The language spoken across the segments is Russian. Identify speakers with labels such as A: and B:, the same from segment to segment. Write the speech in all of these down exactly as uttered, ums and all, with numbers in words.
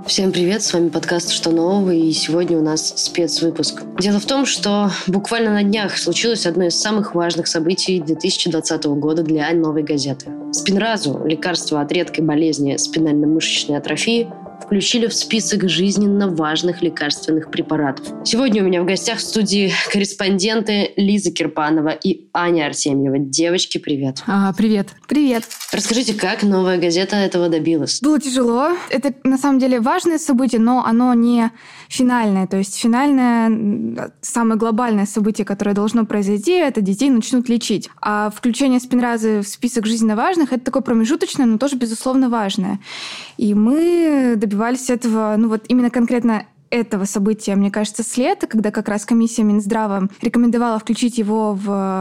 A: Всем привет, с вами подкаст «Что нового?» и сегодня у нас спецвыпуск. Дело в том, что буквально на днях случилось одно из самых важных событий две тысячи двадцатого года для «Новой газеты». Спинразу, лекарство от редкой болезни спинально-мышечной атрофии, включили в список жизненно важных лекарственных препаратов. Сегодня у меня в гостях в студии корреспонденты Лиза Кирпанова и Аня Артемьева. Девочки, привет.
B: А, привет. Привет.
A: Расскажите, как «Новая газета» этого добилась?
B: Было тяжело. Это на самом деле важное событие, но оно не финальное. То есть финальное, самое глобальное событие, которое должно произойти, это детей начнут лечить. А включение спинразы в список жизненно важных — это такое промежуточное, но тоже, безусловно, важное. И мы добивались этого, ну вот именно конкретно этого события, мне кажется, с лета, когда как раз комиссия Минздрава рекомендовала включить его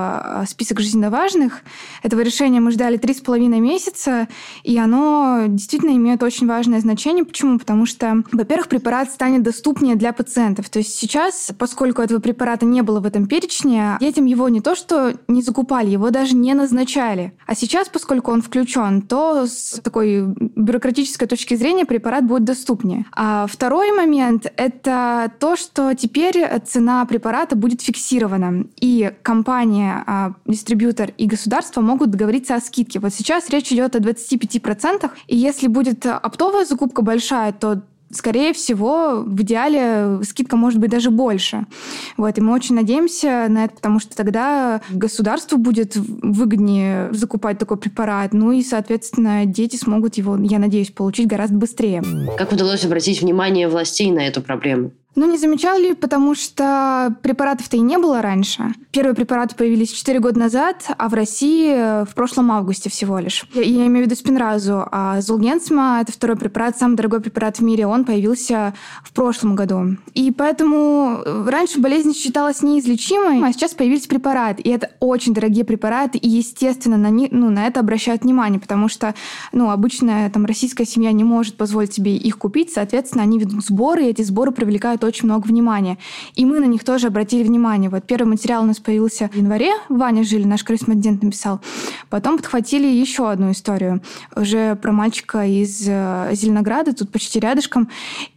B: в список жизненно важных. Этого решения мы ждали три с половиной месяца, и оно действительно имеет очень важное значение. Почему? Потому что, во-первых, препарат станет доступнее для пациентов. То есть сейчас, поскольку этого препарата не было в этом перечне, детям его не то что не закупали, его даже не назначали. А сейчас, поскольку он включен, то с такой бюрократической точки зрения препарат будет доступнее. А второй момент — это то, что теперь цена препарата будет фиксирована. И компания, дистрибьютор и государство могут договориться о скидке. Вот сейчас речь идет о двадцати пяти процентах. И если будет оптовая закупка большая, то скорее всего, в идеале скидка может быть даже больше. Вот, и мы очень надеемся на это, потому что тогда государству будет выгоднее закупать такой препарат, ну и, соответственно, дети смогут его, я надеюсь, получить гораздо быстрее.
A: Как удалось обратить внимание властей на эту проблему?
B: Ну, не замечали, потому что препаратов-то и не было раньше. Первые препараты появились четыре года назад, а в России в прошлом августе всего лишь. Я, я имею в виду спинразу. А Золгенсма — это второй препарат, самый дорогой препарат в мире. Он появился в прошлом году. И поэтому раньше болезнь считалась неизлечимой, а сейчас появились препараты. И это очень дорогие препараты, и, естественно, на, них, ну, на это обращают внимание, потому что ну, обычная там, российская семья не может позволить себе их купить, соответственно, они ведут сборы, и эти сборы привлекают очень много внимания. И мы на них тоже обратили внимание. Вот первый материал у нас появился в январе. Ваня Жиль, наш корреспондент, написал. Потом подхватили еще одну историю. Уже про мальчика из Зеленограда, тут почти рядышком.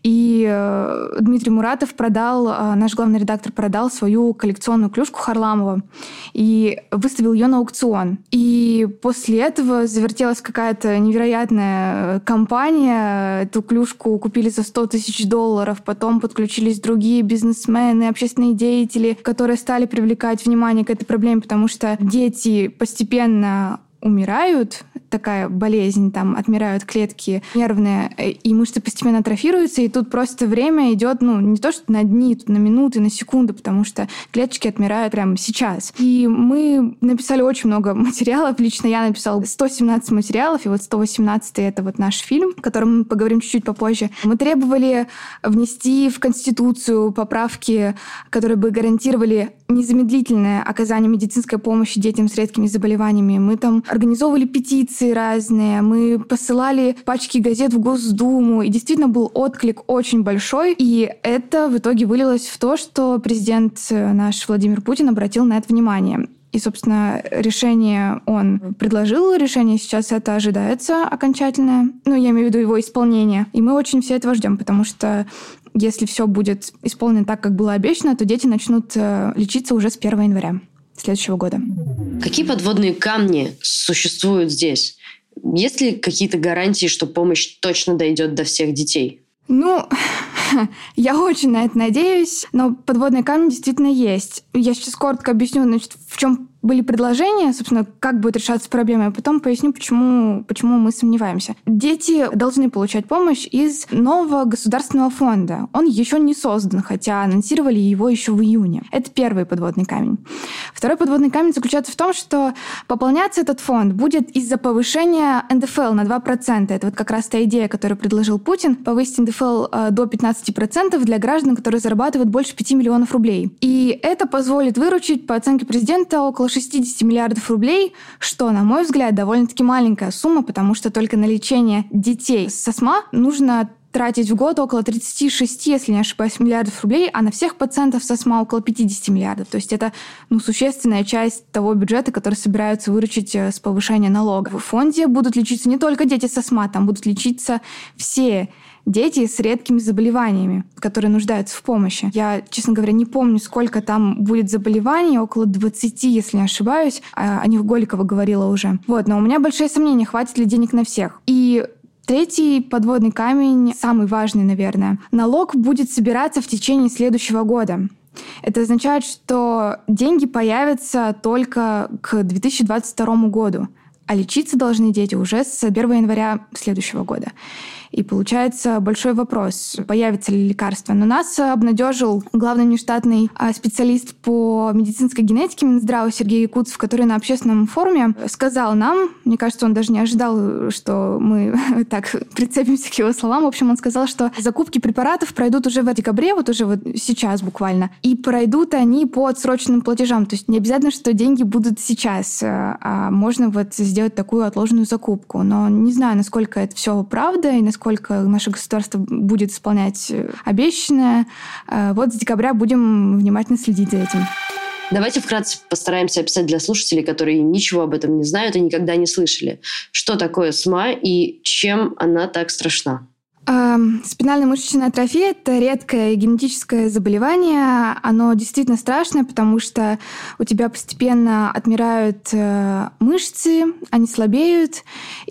B: И Дмитрий Муратов продал, наш главный редактор продал свою коллекционную клюшку Харламова и выставил ее на аукцион. И после этого завертелась какая-то невероятная кампания. Эту клюшку купили за сто тысяч долларов, потом подключились другие бизнесмены, общественные деятели, которые стали привлекать внимание к этой проблеме, потому что дети постепенно умирают, такая болезнь, там отмирают клетки нервные, и мышцы постепенно атрофируются, и тут просто время идет, ну, не то что на дни, тут на минуты, на секунды, потому что клеточки отмирают прямо сейчас. И мы написали очень много материалов, лично я написала сто семнадцать материалов, и вот сто восемнадцатый — это вот наш фильм, о котором мы поговорим чуть-чуть попозже. Мы требовали внести в Конституцию поправки, которые бы гарантировали незамедлительное оказание медицинской помощи детям с редкими заболеваниями. Мы там организовывали петиции разные, мы посылали пачки газет в Госдуму, и действительно был отклик очень большой, и это в итоге вылилось в то, что президент наш Владимир Путин обратил на это внимание. И, собственно, решение он предложил, решение сейчас это ожидается окончательное, ну, я имею в виду его исполнение, и мы очень все этого ждем, потому что если все будет исполнено так, как было обещано, то дети начнут лечиться уже с первого января следующего года.
A: Какие подводные камни существуют здесь? Есть ли какие-то гарантии, что помощь точно дойдет до всех детей?
B: Ну, я очень на это надеюсь, но подводные камни действительно есть. Я сейчас коротко объясню, значит, в чем были предложения, собственно, как будет решаться проблема, а потом поясню, почему, почему мы сомневаемся. Дети должны получать помощь из нового государственного фонда. Он еще не создан, хотя анонсировали его еще в июне. Это первый подводный камень. Второй подводный камень заключается в том, что пополняться этот фонд будет из-за повышения эн дэ эф эл на два процента. Это вот как раз та идея, которую предложил Путин, повысить эн дэ эф эл до пятнадцати процентов для граждан, которые зарабатывают больше пяти миллионов рублей. И это позволит выручить, по оценке президента, около шестьдесят миллиардов рублей, что, на мой взгляд, довольно-таки маленькая сумма, потому что только на лечение детей с астма нужно тратить в год около тридцать шесть, если не ошибаюсь, миллиардов рублей, а на всех пациентов с астмой около пятьдесят миллиардов. То есть это ну, существенная часть того бюджета, который собираются выручить с повышения налогов. В фонде будут лечиться не только дети с астмой, там будут лечиться все дети с редкими заболеваниями, которые нуждаются в помощи. Я, честно говоря, не помню, сколько там будет заболеваний, около двадцати, если не ошибаюсь. О них Голикова говорила уже. Вот, но у меня большие сомнения, хватит ли денег на всех. И третий подводный камень, самый важный, наверное. Налог будет собираться в течение следующего года. Это означает, что деньги появятся только к две тысячи двадцать второму году, а лечиться должны дети уже с первого января следующего года. И получается большой вопрос, появится ли лекарство. Но нас обнадежил главный внештатный специалист по медицинской генетике Минздрава Сергей Якутцев, который на общественном форуме сказал нам, мне кажется, он даже не ожидал, что мы так прицепимся к его словам. В общем, он сказал, что закупки препаратов пройдут уже в декабре, вот уже вот сейчас буквально. И пройдут они по отсроченным платежам. То есть не обязательно, что деньги будут сейчас, а можно вот сделать такую отложенную закупку. Но не знаю, насколько это все правда и насколько сколько наше государство будет исполнять обещанное. Вот с декабря будем внимательно следить за этим.
A: Давайте вкратце постараемся описать для слушателей, которые ничего об этом не знают и никогда не слышали, что такое астма и чем она так страшна.
B: Спинальная мышечная атрофия – это редкое генетическое заболевание. Оно действительно страшное, потому что у тебя постепенно отмирают мышцы, они слабеют.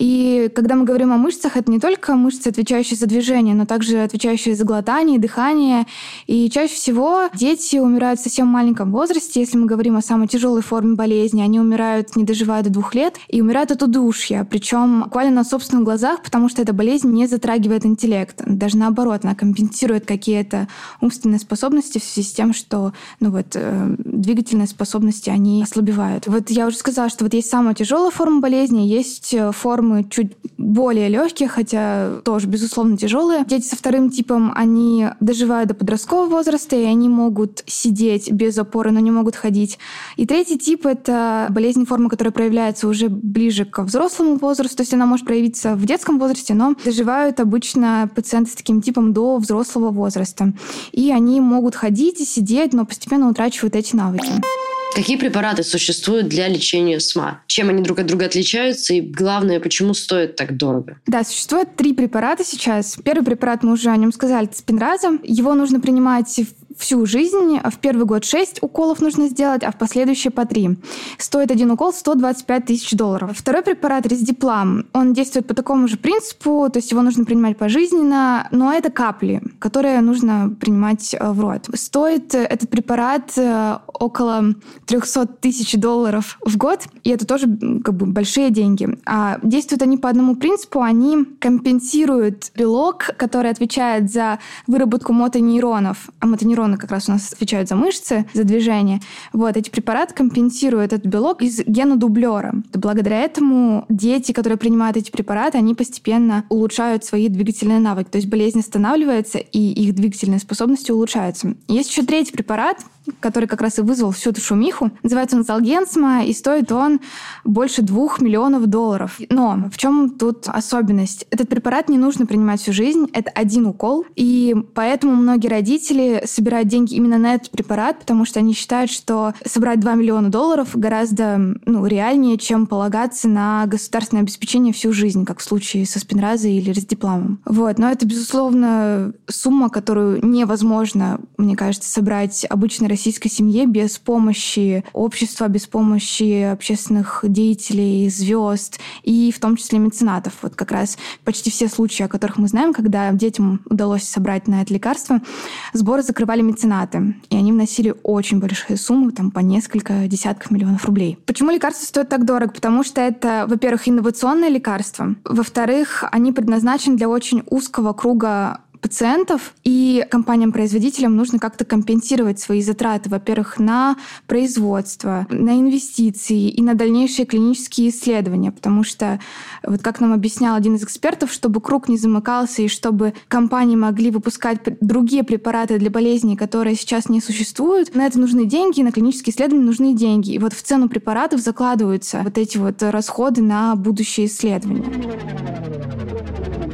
B: И когда мы говорим о мышцах, это не только мышцы, отвечающие за движение, но также отвечающие за глотание, дыхание. И чаще всего дети умирают в совсем маленьком возрасте. Если мы говорим о самой тяжелой форме болезни, они умирают, не доживая до двух лет, и умирают от удушья. Причем буквально на собственных глазах, потому что эта болезнь не затрагивает интеллект. Даже наоборот, она компенсирует какие-то умственные способности в связи с тем, что ну вот, э, двигательные способности, они ослабевают. Вот я уже сказала, что вот есть самая тяжелая форма болезни, есть формы чуть более легкие, хотя тоже, безусловно, тяжелые. Дети со вторым типом, они доживают до подросткового возраста, и они могут сидеть без опоры, но не могут ходить. И третий тип — это болезнь, форма, которая проявляется уже ближе к взрослому возрасту, то есть она может проявиться в детском возрасте, но доживают обычно пациенты с таким типом до взрослого возраста. И они могут ходить и сидеть, но постепенно утрачивают эти навыки.
A: Какие препараты существуют для лечения астмы? Чем они друг от друга отличаются? И главное, почему стоят так дорого?
B: Да, существует три препарата сейчас. Первый препарат, мы уже о нем сказали, это Спинраза. Его нужно принимать всю жизнь. В первый год шесть уколов нужно сделать, а в последующие по три. Стоит один укол сто двадцать пять тысяч долларов. Второй препарат Рездиплам. Он действует по такому же принципу, то есть его нужно принимать пожизненно, но это капли, которые нужно принимать в рот. Стоит этот препарат около триста тысяч долларов в год, и это тоже как бы большие деньги. А действуют они по одному принципу, они компенсируют белок, который отвечает за выработку мотонейронов, а мотонейроны как раз у нас отвечают за мышцы, за движение. Вот, эти препараты компенсируют этот белок из гена дублера. Благодаря этому дети, которые принимают эти препараты, они постепенно улучшают свои двигательные навыки. То есть болезнь останавливается, и их двигательные способности улучшаются. Есть еще третий препарат, который как раз и вызвал всю эту шумиху. Называется он Золгенсма, и стоит он больше двух миллионов долларов. Но в чем тут особенность? Этот препарат не нужно принимать всю жизнь, это один укол, и поэтому многие родители собирают деньги именно на этот препарат, потому что они считают, что собрать два миллиона долларов гораздо ну, реальнее, чем полагаться на государственное обеспечение всю жизнь, как в случае со Спинразой или Рездипламом. Вот. Но это, безусловно, сумма, которую невозможно, мне кажется, собрать обычной российской семье без помощи общества, без помощи общественных деятелей, звезд и в том числе меценатов. Вот как раз почти все случаи, о которых мы знаем, когда детям удалось собрать на это лекарство, сборы закрывали меценаты. И они вносили очень большие суммы, там по несколько десятков миллионов рублей. Почему лекарства стоят так дорого? Потому что это, во-первых, инновационное лекарство. Во-вторых, они предназначены для очень узкого круга пациентов, и компаниям-производителям нужно как-то компенсировать свои затраты, во-первых, на производство, на инвестиции и на дальнейшие клинические исследования, потому что, вот как нам объяснял один из экспертов, чтобы круг не замыкался и чтобы компании могли выпускать другие препараты для болезней, которые сейчас не существуют, на это нужны деньги, и на клинические исследования нужны деньги. И вот в цену препаратов закладываются вот эти вот расходы на будущие исследования.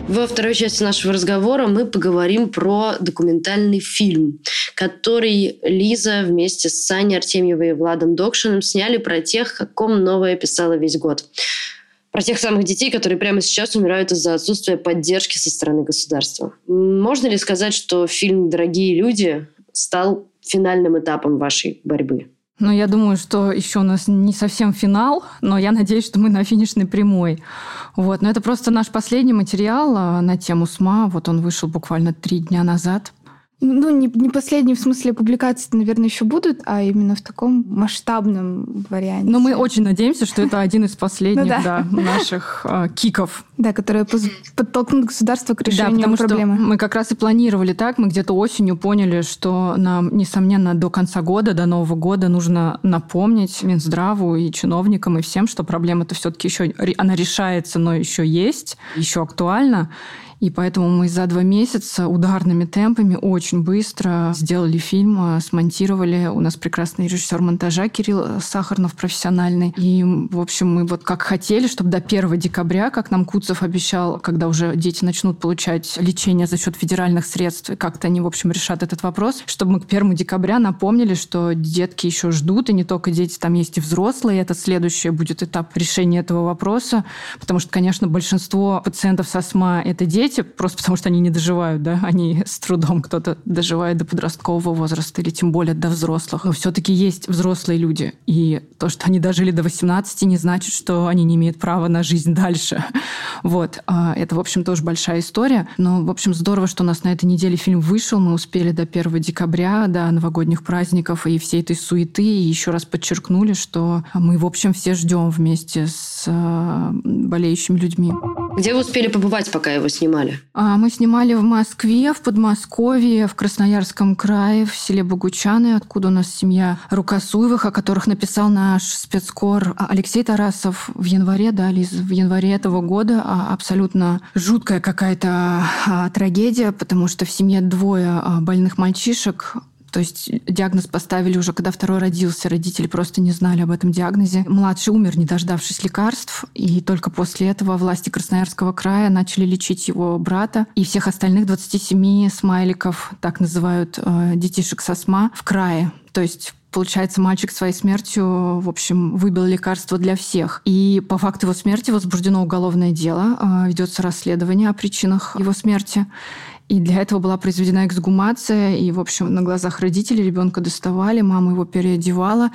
A: Во второй части нашего разговора мы поговорим про документальный фильм, который Лиза вместе с Саней Артемьевой и Владом Докшиным сняли про тех, о ком «Новая» писала весь год. Про тех самых детей, которые прямо сейчас умирают из-за отсутствия поддержки со стороны государства. Можно ли сказать, что фильм «Дорогие люди» стал финальным этапом вашей борьбы?
C: Ну, я думаю, что еще у нас не совсем финал, но я надеюсь, что мы на финишной прямой. Вот. Но это просто наш последний материал на тему СМА. Вот он вышел буквально три дня назад.
B: Ну, не, не последние в смысле публикации, наверное, еще будут, а именно в таком масштабном варианте.
C: Но мы очень надеемся, что это один из последних
B: ну, да.
C: Да, наших э, киков.
B: Да, которые подтолкнут государство к решению
C: да, потому
B: проблемы.
C: Что мы как раз и планировали так. Мы где-то осенью поняли, что нам, несомненно, до конца года, до Нового года нужно напомнить Минздраву и чиновникам, и всем, что проблема-то все-таки еще она решается, но еще есть, еще актуальна. И поэтому мы за два месяца ударными темпами очень быстро сделали фильм, смонтировали. У нас прекрасный режиссер монтажа Кирилл Сахарнов, профессиональный. И, в общем, мы вот как хотели, чтобы до первого декабря, как нам Куцев обещал, когда уже дети начнут получать лечение за счет федеральных средств, и как-то они, в общем, решат этот вопрос, чтобы мы к первому декабря напомнили, что детки еще ждут, и не только дети, там есть и взрослые. Это следующий будет этап решения этого вопроса. Потому что, конечно, большинство пациентов с астмой – это дети, просто потому что они не доживают, да, они с трудом, кто-то доживает до подросткового возраста или тем более до взрослых. Но все-таки есть взрослые люди, и то, что они дожили до восемнадцати, не значит, что они не имеют права на жизнь дальше. Вот. Это, в общем, тоже большая история. Но, в общем, здорово, что у нас на этой неделе фильм вышел, мы успели до первого декабря, до новогодних праздников и всей этой суеты, и еще раз подчеркнули, что мы, в общем, все ждем вместе с болеющими людьми.
A: Где вы успели побывать, пока его снимали?
C: Мы снимали в Москве, в Подмосковье, в Красноярском крае, в селе Богучаны, откуда у нас семья Рукосуевых, о которых написал наш спецкор Алексей Тарасов в январе, да, Лиз, в январе этого года. Абсолютно жуткая какая-то трагедия, потому что в семье двое больных мальчишек. То есть диагноз поставили уже, когда второй родился. Родители просто не знали об этом диагнозе. Младший умер, не дождавшись лекарств. И только после этого власти Красноярского края начали лечить его брата и всех остальных двадцати семи смайликов, так называют детишек с астма, в крае. То есть получается, мальчик своей смертью, в общем, выбил лекарство для всех. И по факту его смерти возбуждено уголовное дело. Ведется расследование о причинах его смерти. И для этого была произведена эксгумация. И, в общем, на глазах родителей ребенка доставали, мама его переодевала.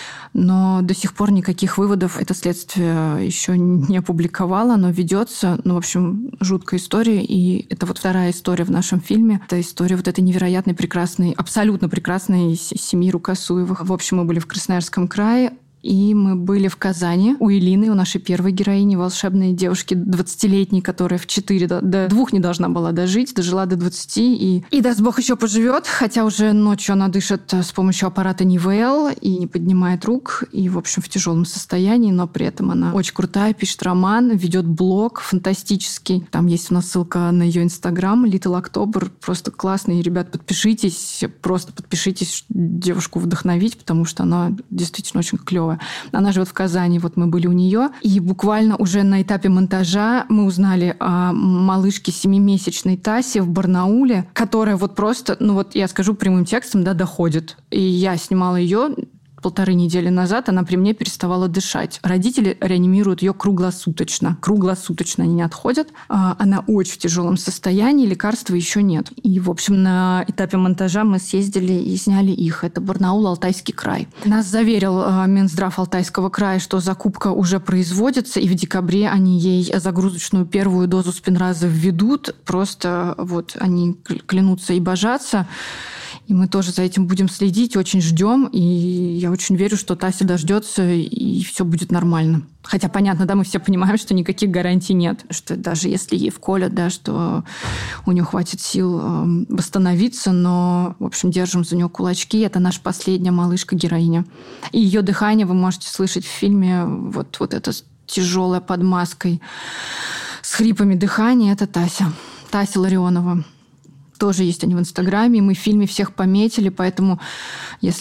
C: Но до сих пор никаких выводов это следствие еще не опубликовало, но ведется. Ну, в общем, жуткая история. И это вот вторая история в нашем фильме. Это история вот этой невероятной, прекрасной, абсолютно прекрасной семьи Рукосуевых. В общем, мы были в Красноярском крае. И мы были в Казани у Илины, у нашей первой героини, волшебной девушки двадцатилетней, которая в четыре до двух не должна была дожить, дожила до двадцати. И, и даст Бог, еще поживет, хотя уже ночью она дышит с помощью аппарата Нивел и не поднимает рук, и, в общем, в тяжелом состоянии, но при этом она очень крутая, пишет роман, ведет блог фантастический. Там есть у нас ссылка на ее инстаграм, Little October, просто классный. Ребят, подпишитесь, просто подпишитесь, девушку вдохновить, потому что она действительно очень клевая. Она живет в Казани, вот мы были у нее. И буквально уже на этапе монтажа мы узнали о малышке семимесячной Тасе в Барнауле, которая вот просто, ну вот я скажу прямым текстом, да, доходит. И я снимала ее полторы недели назад, она при мне переставала дышать. Родители реанимируют ее круглосуточно. Круглосуточно они не отходят. Она очень в тяжелом состоянии, лекарства еще нет. И, в общем, на этапе монтажа мы съездили и сняли их. Это Барнаул, Алтайский край. Нас заверил Минздрав Алтайского края, что закупка уже производится, и в декабре они ей загрузочную первую дозу Спинраза введут. Просто вот они клянутся и божатся. И мы тоже за этим будем следить, очень ждем. И я очень верю, что Тася дождется, и все будет нормально. Хотя, понятно, да, мы все понимаем, что никаких гарантий нет. Что даже если ей вколят, да, что у нее хватит сил восстановиться. Но, в общем, держим за нее кулачки. Это наша последняя малышка-героиня. И ее дыхание вы можете слышать в фильме. Вот, вот это тяжелое под маской с хрипами дыхания. Это Тася. Тася Ларионова. Тоже есть они в Инстаграме. Мы в фильме всех пометили, поэтому если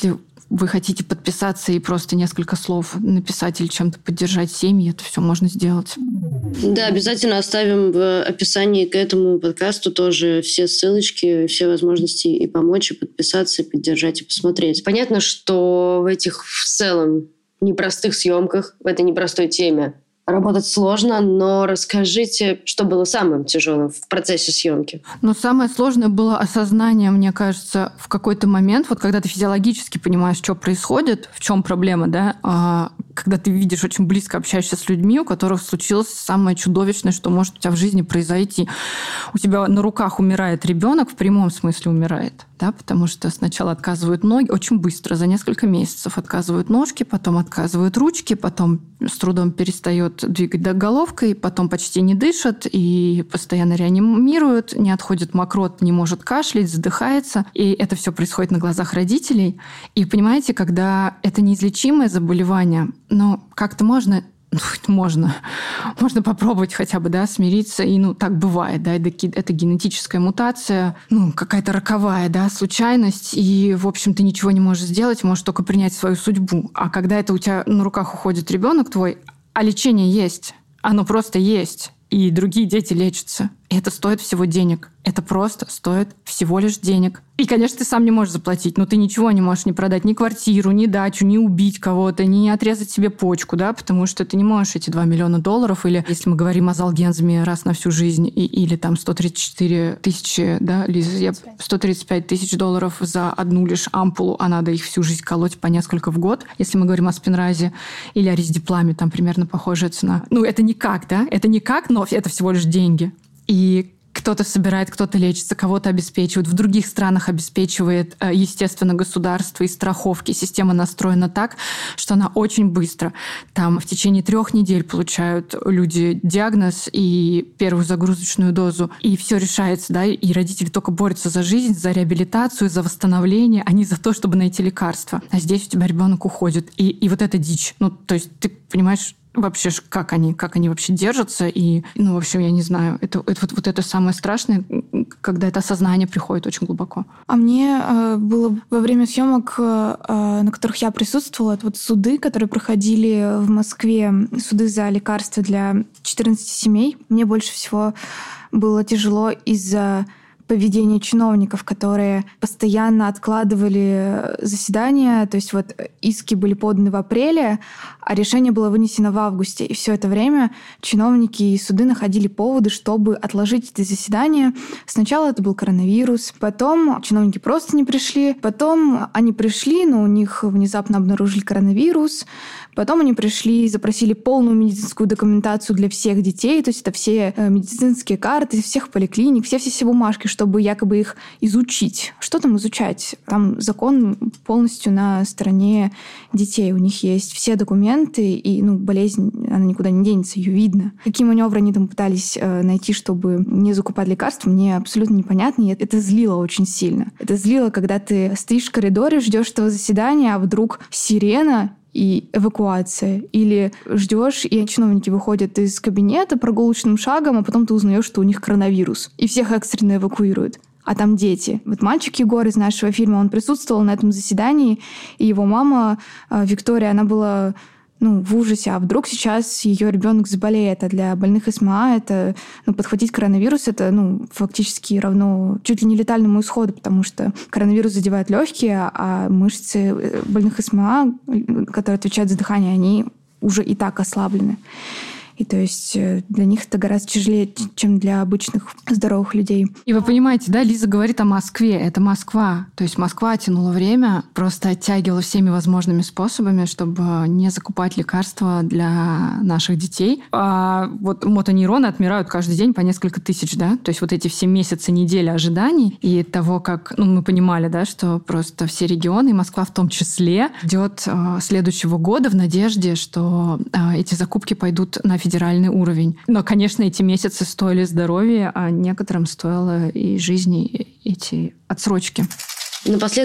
C: вы хотите подписаться и просто несколько слов написать или чем-то поддержать семьи, это все можно сделать.
A: Да, обязательно оставим в описании к этому подкасту тоже все ссылочки, все возможности и помочь, и подписаться, и поддержать, и посмотреть. Понятно, что в этих в целом непростых съемках, в этой непростой теме работать сложно, но расскажите, что было самым тяжелым в процессе съемки.
C: Но самое сложное было осознание, мне кажется, в какой-то момент, вот когда ты физиологически понимаешь, что происходит, в чем проблема, да, а когда ты видишь, очень близко общаешься с людьми, у которых случилось самое чудовищное, что может у тебя в жизни произойти. У тебя на руках умирает ребенок, в прямом смысле умирает, да, потому что сначала отказывают ноги, очень быстро, за несколько месяцев отказывают ножки, потом отказывают ручки, потом с трудом перестает двигать головкой, потом почти не дышит и постоянно реанимируют, не отходит мокрот, не может кашлять, задыхается. И это все происходит на глазах родителей. И понимаете, когда это неизлечимое заболевание, но как-то можно... Ну, можно. Можно попробовать хотя бы, да, смириться. И, ну, так бывает, да, это, это генетическая мутация, ну, какая-то роковая, да, случайность. И, в общем, ты ничего не можешь сделать, можешь только принять свою судьбу. А когда это у тебя на руках уходит ребенок твой, а лечение есть, оно просто есть, и другие дети лечатся. И это стоит всего денег. Это просто стоит всего лишь денег. И, конечно, ты сам не можешь заплатить, но ты ничего не можешь ни продать, ни квартиру, ни дачу, ни убить кого-то, ни отрезать себе почку, да, потому что ты не можешь эти два миллиона долларов, или, если мы говорим о Золгенсме, раз на всю жизнь, и, или там сто тридцать четыре тысячи, да, Лиза, я сто тридцать пять тысяч долларов за одну лишь ампулу, а надо их всю жизнь колоть по несколько в год, если мы говорим о Спинразе или о Риздипламе, там примерно похожая цена. Ну, это никак, да, это никак, но это всего лишь деньги. И кто-то собирает, кто-то лечится, кого-то обеспечивает. В других странах обеспечивает, естественно, государство и страховки. Система настроена так, что она очень быстро. Там в течение трех недель получают люди диагноз и первую загрузочную дозу. И все решается, да, и родители только борются за жизнь, за реабилитацию, за восстановление, а не за то, чтобы найти лекарство. А здесь у тебя ребенок уходит. И, и вот это дичь. Ну, то есть ты понимаешь, вообще, как они, как они вообще держатся. И, ну, в общем, я не знаю. Это, это вот, вот это самое страшное, когда это осознание приходит очень глубоко.
B: А мне э, было во время съемок, э, на которых я присутствовала, это вот суды, которые проходили в Москве, суды за лекарства для четырнадцати семей. Мне больше всего было тяжело из-за поведение чиновников, которые постоянно откладывали заседания. То есть вот иски были поданы в апреле, а решение было вынесено в августе. И все это время чиновники и суды находили поводы, чтобы отложить эти заседания. Сначала это был коронавирус, потом чиновники просто не пришли, потом они пришли, но у них внезапно обнаружили коронавирус, потом они пришли и запросили полную медицинскую документацию для всех детей, то есть это все медицинские карты, всех поликлиник, все-все-все бумажки, чтобы якобы их изучить. Что там изучать? Там закон полностью на стороне детей. У них есть все документы, и ну, болезнь, она никуда не денется, ее видно. Какие маневры они там пытались э, найти, чтобы не закупать лекарства, мне абсолютно непонятно, и это злило очень сильно. Это злило, когда ты стоишь в коридоре, ждешь этого заседания, а вдруг сирена и эвакуация. Или ждешь, и чиновники выходят из кабинета прогулочным шагом, а потом ты узнаешь, что у них коронавирус. И всех экстренно эвакуируют. А там дети. Вот мальчик Егор из нашего фильма, он присутствовал на этом заседании, и его мама Виктория, она была ну, в ужасе. А вдруг сейчас ее ребенок заболеет? А для больных СМА это, ну, подхватить коронавирус, это ну, фактически равно чуть ли не летальному исходу, потому что коронавирус задевает легкие, а мышцы больных СМА, которые отвечают за дыхание, они уже и так ослаблены. И то есть для них это гораздо тяжелее, чем для обычных здоровых людей.
C: И вы понимаете, да, Лиза говорит о Москве. Это Москва. То есть Москва тянула время, просто оттягивала всеми возможными способами, чтобы не закупать лекарства для наших детей. А вот мотонейроны отмирают каждый день по несколько тысяч, да? То есть вот эти все месяцы, недели ожиданий и того, как... Ну, мы понимали, да, что просто все регионы, и Москва в том числе, ждет э, следующего года в надежде, что э, эти закупки пойдут на федеральный уровень. Но, конечно, эти месяцы стоили здоровья, а некоторым стоило и жизни эти отсрочки.
A: Напоследок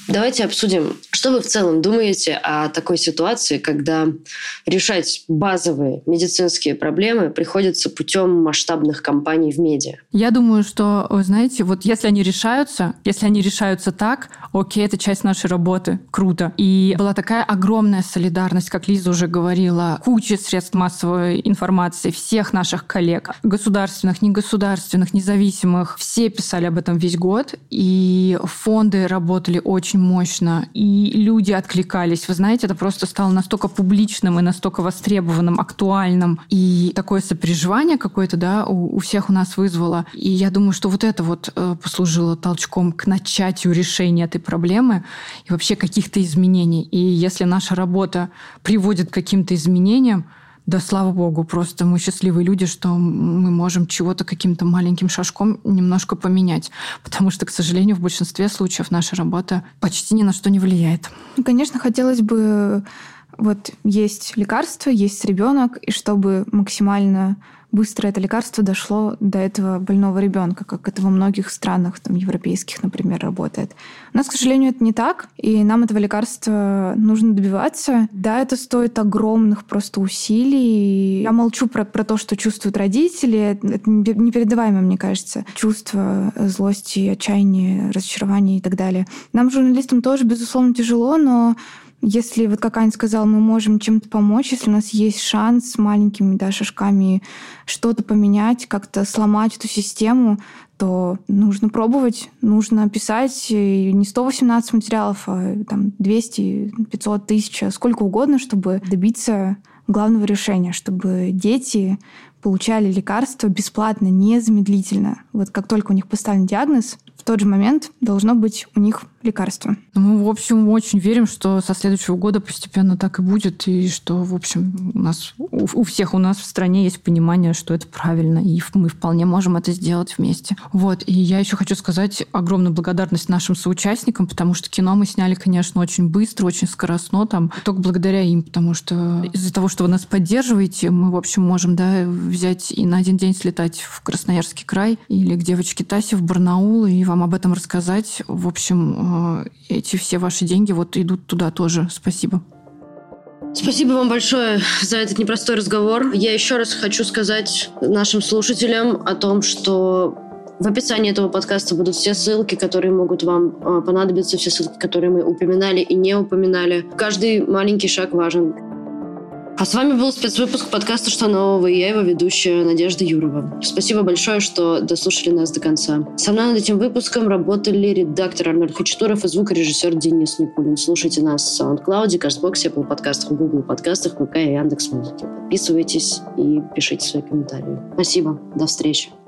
A: Давайте обсудим, что вы в целом думаете о такой ситуации, когда решать базовые медицинские проблемы приходится путем масштабных кампаний в медиа?
C: Я думаю, что, вы знаете, вот если они решаются, если они решаются так, окей, это часть нашей работы, круто. И была такая огромная солидарность, как Лиза уже говорила, куча средств массовой информации, всех наших коллег, государственных, негосударственных, независимых, все писали об этом весь год, и фонды работали очень мощно, и люди откликались. Вы знаете, это просто стало настолько публичным и настолько востребованным, актуальным, и такое сопереживание какое-то, да, у, у всех у нас вызвало. И я думаю, что вот это вот э, послужило толчком к начатию решения этой проблемы и вообще каких-то изменений. И если наша работа приводит к каким-то изменениям, да, слава богу, просто мы счастливые люди, что мы можем чего-то каким-то маленьким шажком немножко поменять. Потому что, к сожалению, в большинстве случаев наша работа почти ни на что не влияет.
B: Ну, конечно, хотелось бы... Вот есть лекарство, есть ребенок, и чтобы максимально быстро это лекарство дошло до этого больного ребенка, как это во многих странах, там, европейских, например, работает. У нас, к сожалению, это не так, и нам этого лекарства нужно добиваться. Да, это стоит огромных просто усилий. Я молчу про, про то, что чувствуют родители. Это непередаваемое, мне кажется, чувство злости, отчаяния, разочарования и так далее. Нам, журналистам, тоже, безусловно, тяжело, но если, вот как Аня сказала, мы можем чем-то помочь, если у нас есть шанс маленькими, да, шажками что-то поменять, как-то сломать эту систему, то нужно пробовать, нужно писать не сто восемнадцать материалов, а там двести, пятьсот, тысяча, сколько угодно, чтобы добиться главного решения, чтобы дети получали лекарства бесплатно, незамедлительно. Вот как только у них поставлен диагноз, в тот же момент должно быть у них лекарство.
C: Мы, в общем, очень верим, что со следующего года постепенно так и будет, и что, в общем, у нас у, у всех у нас в стране есть понимание, что это правильно, и мы вполне можем это сделать вместе. Вот. И я еще хочу сказать огромную благодарность нашим соучастникам, потому что кино мы сняли, конечно, очень быстро, очень скоростно, там, только благодаря им, потому что из-за того, что вы нас поддерживаете, мы, в общем, можем, да, взять и на один день слетать в Красноярский край или к девочке Тасе в Барнаул и вам об этом рассказать. В общем, эти все ваши деньги вот идут туда тоже. Спасибо.
A: Спасибо вам большое за этот непростой разговор. Я еще раз хочу сказать нашим слушателям о том, что в описании этого подкаста будут все ссылки, которые могут вам понадобиться, все ссылки, которые мы упоминали и не упоминали. Каждый маленький шаг важен. А с вами был спецвыпуск подкаста «Что нового?» и я, его ведущая Надежда Юрова. Спасибо большое, что дослушали нас до конца. Со мной над этим выпуском работали редактор Арнольд Хачатуров и звукорежиссер Денис Никулин. Слушайте нас в SoundCloud, Castbox, Apple подкастах, Google подкастах, ВК и Яндекс.Музыке. Подписывайтесь и пишите свои комментарии. Спасибо. До встречи.